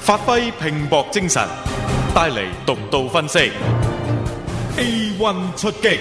發揮拼搏精神，帶嚟獨到分析。A1 出擊。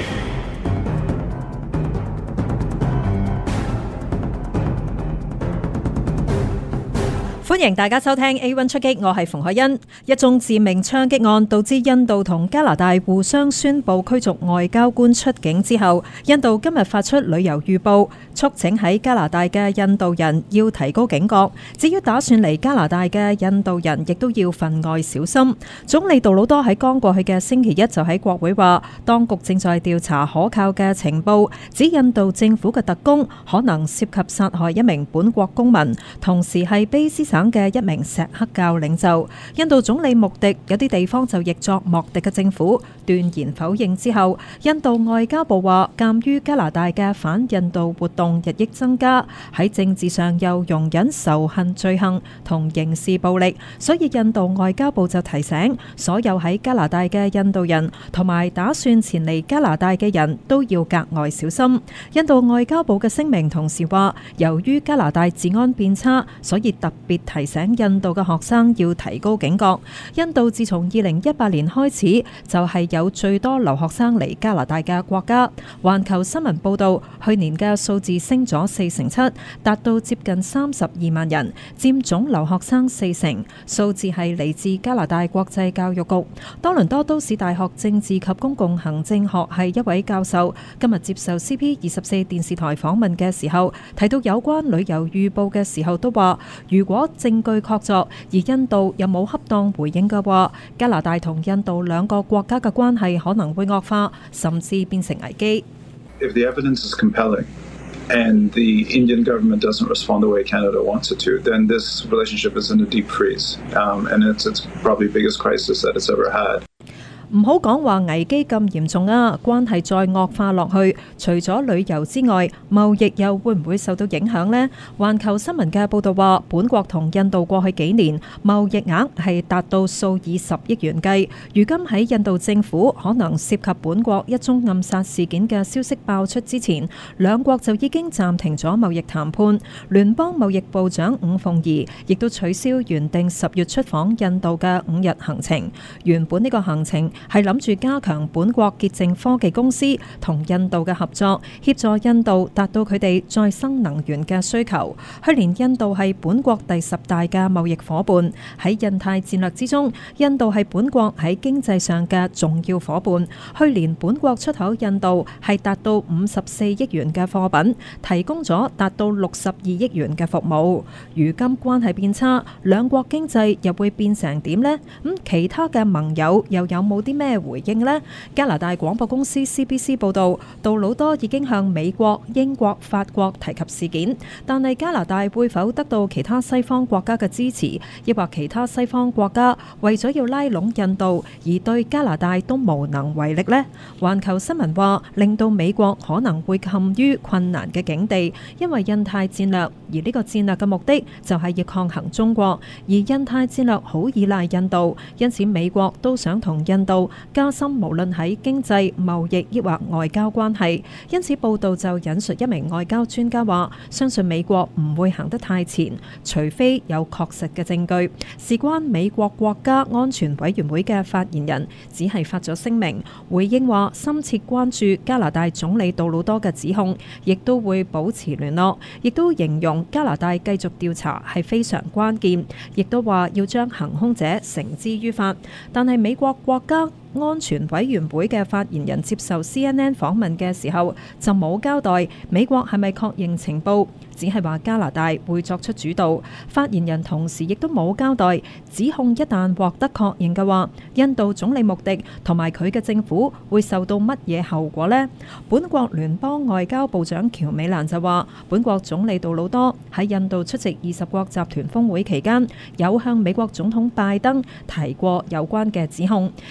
歡迎大家收聽 A1 出擊，我係馮海欣。一宗致命槍擊案導致印度同加拿大互相宣布驅逐外交官出境之後，印度今日發出旅遊預報，促請喺加拿大嘅印度人要提高警覺。至於打算嚟加拿大嘅印度人，亦都要分外小心。總理杜魯多喺剛過去嘅星期一就喺國會話，當局正在調查可靠嘅情報，指印度政府嘅特工可能涉及殺害一名本國公民，同時係卑斯省嘅一名錫克教領袖。印度總理莫迪有啲地方就譯作莫迪嘅政府斷言否認之後，印度外交部話，鑑於加拿大嘅反印度活動日益增加，喺政治上又容忍仇恨罪行同刑事暴力，所以印度外交部就提醒所有喺加拿大嘅印度人同埋打算前嚟加拿大嘅人都要格外小心。印度外交部嘅聲明同時話，由於加拿大治安變差，所以特別提醒印度嘅學生要提高警覺。印度自從2018年開始就係有最多留學生嚟加拿大嘅國家。環球新聞報道，去年嘅數字升咗47%，達到接近32萬人，佔總留學生40%。數字係嚟自加拿大國際教育局。多倫多都市大學政治及公共行政學系一位教授今日接受 CP24 電視台訪問嘅時候，提到有關旅遊預報嘅時候都話，如果證據確鑿，而印度有冇恰當回應嘅話，加拿大同印度兩個國家嘅關係可能會惡化，甚至變成危機。 If the evidence is compelling and the Indian government doesn't respond the way Canada wants it to, then this relationship is in a deep freeze, and it's probably the biggest crisis that it's ever had. 唔好講話危機咁嚴重啊，關係再惡化落去，除咗旅遊之外，貿易又會唔會受到影響呢？環球新聞嘅報導話，本國同印度過去幾年貿易額係達到數以10億元計。如今喺印度政府可能涉及本國一宗暗殺事件嘅消息爆出之前，兩國就已經暫停咗貿易談判。聯邦貿易部長伍鳳儀亦都取消原定10月出訪印度嘅5日行程。原本呢個行程係諗住加強本國潔淨科技公司同印度嘅合作，協助印度達到佢哋再生能源嘅需求。去年印度係本國第10大嘅貿易夥伴，喺印太戰略之中，印度係本國喺經濟上嘅重要夥伴。去年本國出口印度係達到54億元嘅貨品，提供咗達到62億元嘅服務。如今關係變差，兩國經濟又會變成點呢？其他嘅盟友又有冇啲咩回應呢？加拿大廣播公司 CBC 報導，杜魯多已經向美國、英國、法國提及事件，但係加拿大會否得到其他西方國家嘅支持，抑或其他西方國家為咗要拉攏印度而對加拿大都無能為力呢？環球新聞話，令到美國可能會陷於困難嘅境地，因為印太戰略，而呢個戰略嘅目的就係要抗衡中國，而印太戰略好依賴印度，因此美國都想同印度加深無論喺經濟、貿易抑或外交關係。因此報道就引述一名外交專家話，相信美國唔會行得太前，除非有確實嘅證據。事關美國國家安全委員會嘅發言人只係發咗聲明回應話，深切關注加拿大總理杜魯多嘅指控，亦都會保持聯絡，亦都形容加拿大繼續調查係非常關鍵，亦都話要將行兇者繩之於法。但係美國國家安全委員會嘅發言人接受 CNN 訪問嘅時候，就冇交代美國係咪確認情報，只係話加拿大會作出主導。發言人同時亦都冇交代指控一旦獲得確認嘅話，印度總理莫迪同埋佢嘅政府會受到乜嘢後果呢？本國聯邦外交部長喬美蘭就話，本國總理杜魯多喺印度出席20國集團峰會期間，有向美國總統拜登提過有關嘅指控。喬美蘭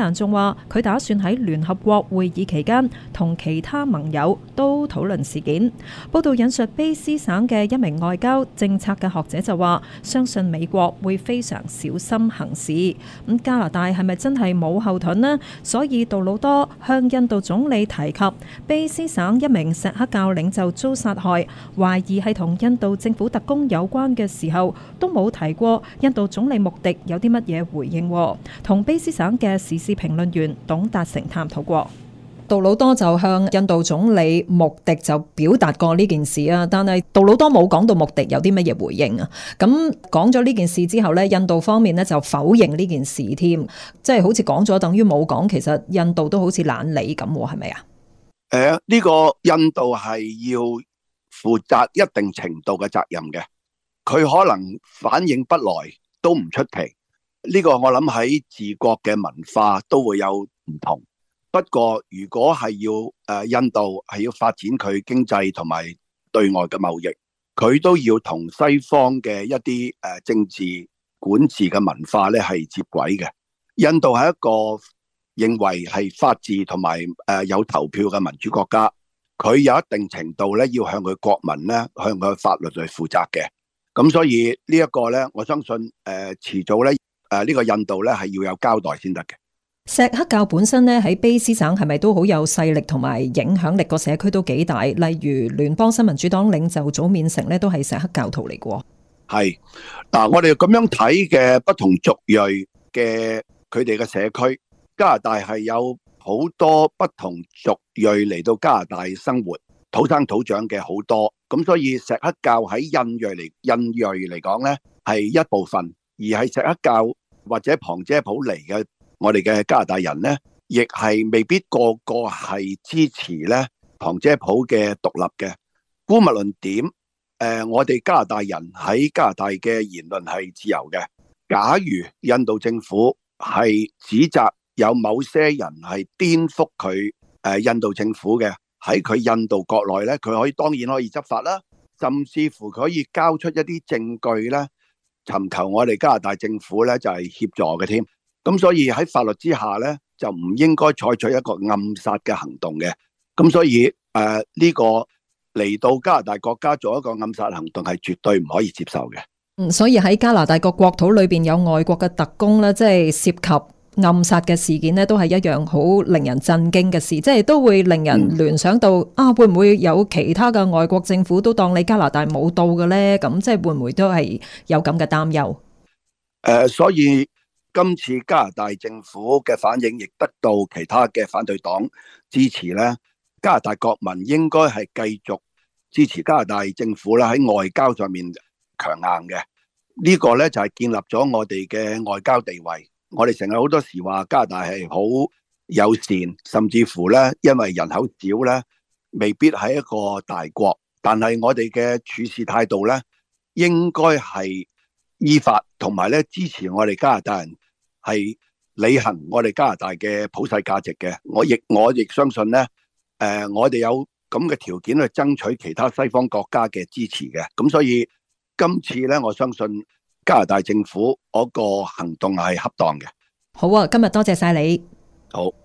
蘭仲話，佢打算喺聯合國會議期間同其他盟友都討論事件。報道引述卑詩省嘅一名外交政策嘅學者就話，相信美國會非常小心行事。咁加拿大係咪真係冇後盾呢？所以杜魯多向印度總理提及卑詩省一名錫克教領袖遭殺害，懷疑係同印度政府特工有關嘅時候，都冇提過印度總理穆迪有啲乜嘢回應。同卑詩省嘅時事評論員董達成探討過。杜魯多就向印度總理穆迪就表達過呢件事啊，但係杜魯多冇講到穆迪有啲乜嘢回應啊。咁講咗呢件事之後呢，印度方面呢就否認呢件事添，即係好似講咗等於冇講，其實印度都好似懶理咁，係咪啊？ 呢個印度係要負責一定程度嘅責任嘅，佢可能反應不來都唔出奇。呢個我諗喺治國嘅文化都會有唔同。不過如果係要印度係要發展佢經濟同埋對外嘅貿易，佢都要同西方嘅一啲政治管治嘅文化咧係接軌嘅。印度係一個認為係法治同埋有投票嘅民主國家，佢有一定程度咧要向佢國民咧向佢法律去負責嘅。咁所以呢一個咧，我相信遲早咧呢個印度咧係要有交代先得嘅。 錫克教本身咧喺卑詩省係咪都好有勢力同埋影響力？個社區都幾大，例如聯邦新民主黨領袖祖面成咧都係錫克教徒嚟嘅。係嗱，我哋咁樣睇嘅不同族裔嘅佢哋嘅社區，加拿大係有好多不同族裔嚟到加拿大生活，土生土長嘅好多。咁所以錫克教喺印裔嚟講咧係一部分，而係錫克教或者旁遮普嚟嘅。我哋嘅加拿大人呢，亦係未必個個係支持咧旁遮普嘅獨立嘅。姑勿論點，我哋加拿大人喺加拿大嘅言論係自由嘅。假如印度政府係指責有某些人係顛覆佢印度政府嘅，喺佢印度國內咧，佢當然可以執法啦，甚至乎佢可以交出一啲證據咧，尋求我哋加拿大政府咧就係協助嘅添。咁所以喺法律之下咧，就唔應該採取一個暗殺嘅行動嘅。咁所以呢個嚟到加拿大國家做一個暗殺行動係絕對唔可以接受嘅。 所以喺加拿大個國土裏邊有外國嘅特工咧，即係涉及暗殺嘅事件咧，都係一樣好令人震驚嘅事，即係都會令人聯想到會唔會有其他嘅外國政府都當你加拿大冇到嘅咧？咁即係會唔會都係有咁嘅擔憂？ 所以今次加拿大政府嘅反應亦得到其他嘅反對黨支持咧，加拿大國民應該係繼續支持加拿大政府啦，喺外交上面強硬嘅。呢個咧就係建立咗我哋嘅外交地位。我哋成日好多時話加拿大係好友善，甚至乎咧因為人口少咧，未必係一個大國，但係我哋嘅處事態度咧，應該係依法，同埋咧支持我哋加拿大人係履行我哋加拿大嘅普世價值嘅。我亦相信咧，我哋有咁嘅條件去爭取其他西方國家嘅支持嘅。咁所以今次咧，我相信加拿大政府嗰個行動係恰當嘅。 好啊，今日多謝晒你。 好。